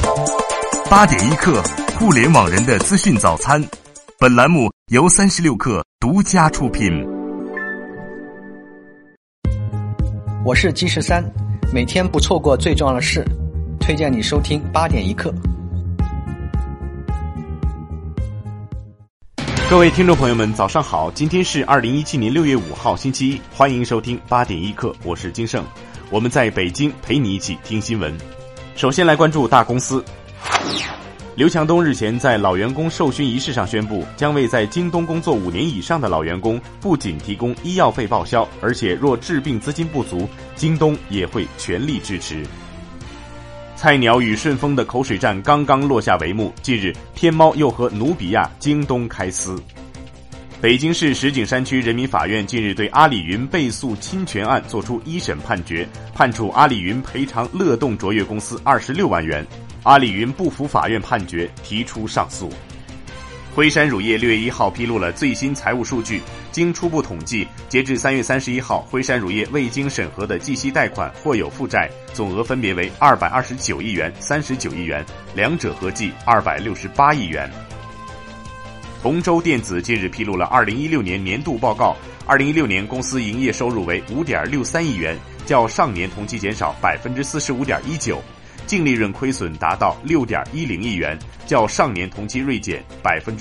8点1刻，互联网人的资讯早餐。本栏目由36氪独家出品。 我是G13，每天不错过最重要的事，推荐你收听8点1刻。 各位听众朋友们，早上好！今天是2017年6月5号，星期一，欢迎收听8点1刻，我是金盛。我们在北京陪你一起听新闻。首先来关注大公司。刘强东日前在老员工授勋仪式上宣布，将为在京东工作5年以上的老员工不仅提供医药费报销，而且若治病资金不足，京东也会全力支持。菜鸟与顺丰的口水战刚刚落下帷幕，近日天猫又和努比亚、京东开撕。北京市石景山区人民法院近日对阿里云被诉侵权案作出一审判决，判处阿里云赔偿乐动卓越公司26万元。阿里云不服法院判决，提出上诉。辉山乳业6月1号披露了最新财务数据，经初步统计，截至3月31号，辉山乳业未经审核的计息贷款或有负债总额分别为229亿元、39亿元，两者合计268亿元。同洲电子近日披露了2016年年度报告，2016年公司营业收入为5.63亿元，较上年同期减少45.19%，净利润亏损达到6.10亿元，较上年同期锐减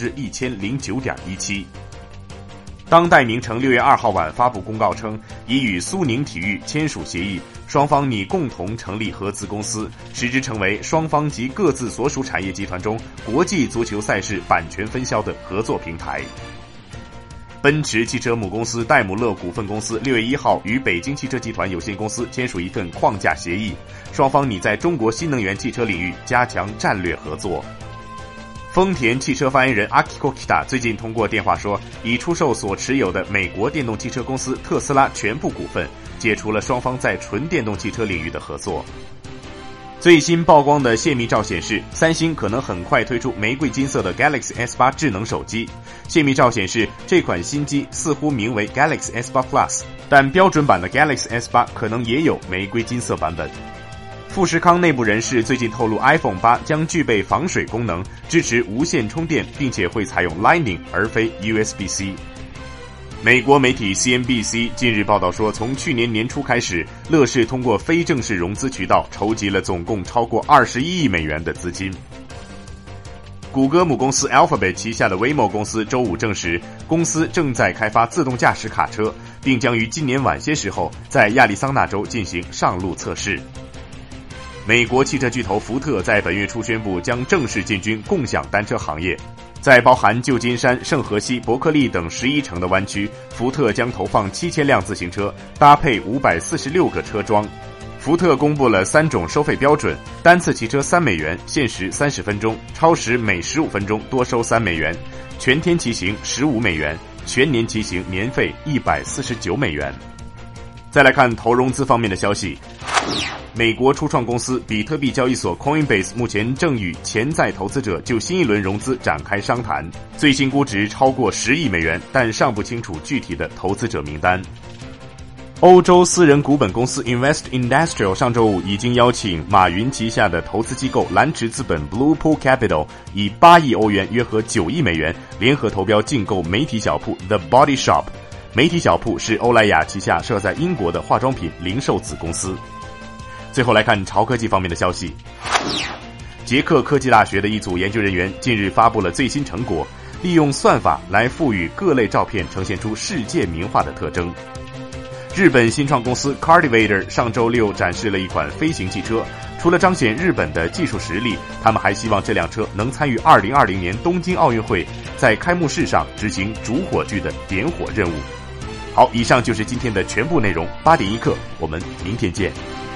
1009.17%。当代名城6月2号晚发布公告称，已与苏宁体育签署协议，双方拟共同成立合资公司，使之成为双方及各自所属产业集团中国际足球赛事版权分销的合作平台。奔驰汽车母公司戴姆勒股份公司6月1号与北京汽车集团有限公司签署一份框架协议，双方拟在中国新能源汽车领域加强战略合作。丰田汽车发言人 Akiko Kita 最近通过电话说，已出售所持有的美国电动汽车公司特斯拉全部股份，解除了双方在纯电动汽车领域的合作。最新曝光的泄密照显示，三星可能很快推出玫瑰金色的 Galaxy S8 智能手机。泄密照显示，这款新机似乎名为 Galaxy S8 Plus， 但标准版的 Galaxy S8 可能也有玫瑰金色版本。富士康内部人士最近透露 iPhone 8将具备防水功能，支持无线充电，并且会采用 Lightning 而非 USB-C。美国媒体 CNBC 近日报道说，从去年年初开始，乐视通过非正式融资渠道筹集了总共超过21亿美元的资金。谷歌母公司 Alphabet 旗下的 Waymo 公司周五证实，公司正在开发自动驾驶卡车，并将于今年晚些时候在亚利桑那州进行上路测试。美国汽车巨头福特在本月初宣布将正式进军共享单车行业，在包含旧金山、圣荷西、伯克利等11城的湾区，福特将投放7000辆自行车，搭配546个车桩。福特公布了3种收费标准，单次骑车3美元，限时30分钟，超时每15分钟多收3美元，全天骑行15美元，全年骑行年费149美元。再来看投融资方面的消息。美国初创公司比特币交易所 Coinbase 目前正与潜在投资者就新一轮融资展开商谈，最新估值超过10亿美元，但尚不清楚具体的投资者名单。欧洲私人股本公司 Invest Industrial 上周五已经邀请马云旗下的投资机构蓝池资本 Blue Pool Capital 以8亿欧元约合9亿美元联合投标竞购媒体小铺 The Body Shop。媒体小铺是欧莱雅旗下设在英国的化妆品零售子公司。最后来看潮科技方面的消息。捷克科技大学的一组研究人员近日发布了最新成果，利用算法来赋予各类照片呈现出世界名画的特征。日本新创公司 Cardivator 上周六展示了一款飞行汽车，除了彰显日本的技术实力，他们还希望这辆车能参与2020年东京奥运会在开幕式上执行主火炬的点火任务。好，以上就是今天的全部内容，8点1刻，我们明天见。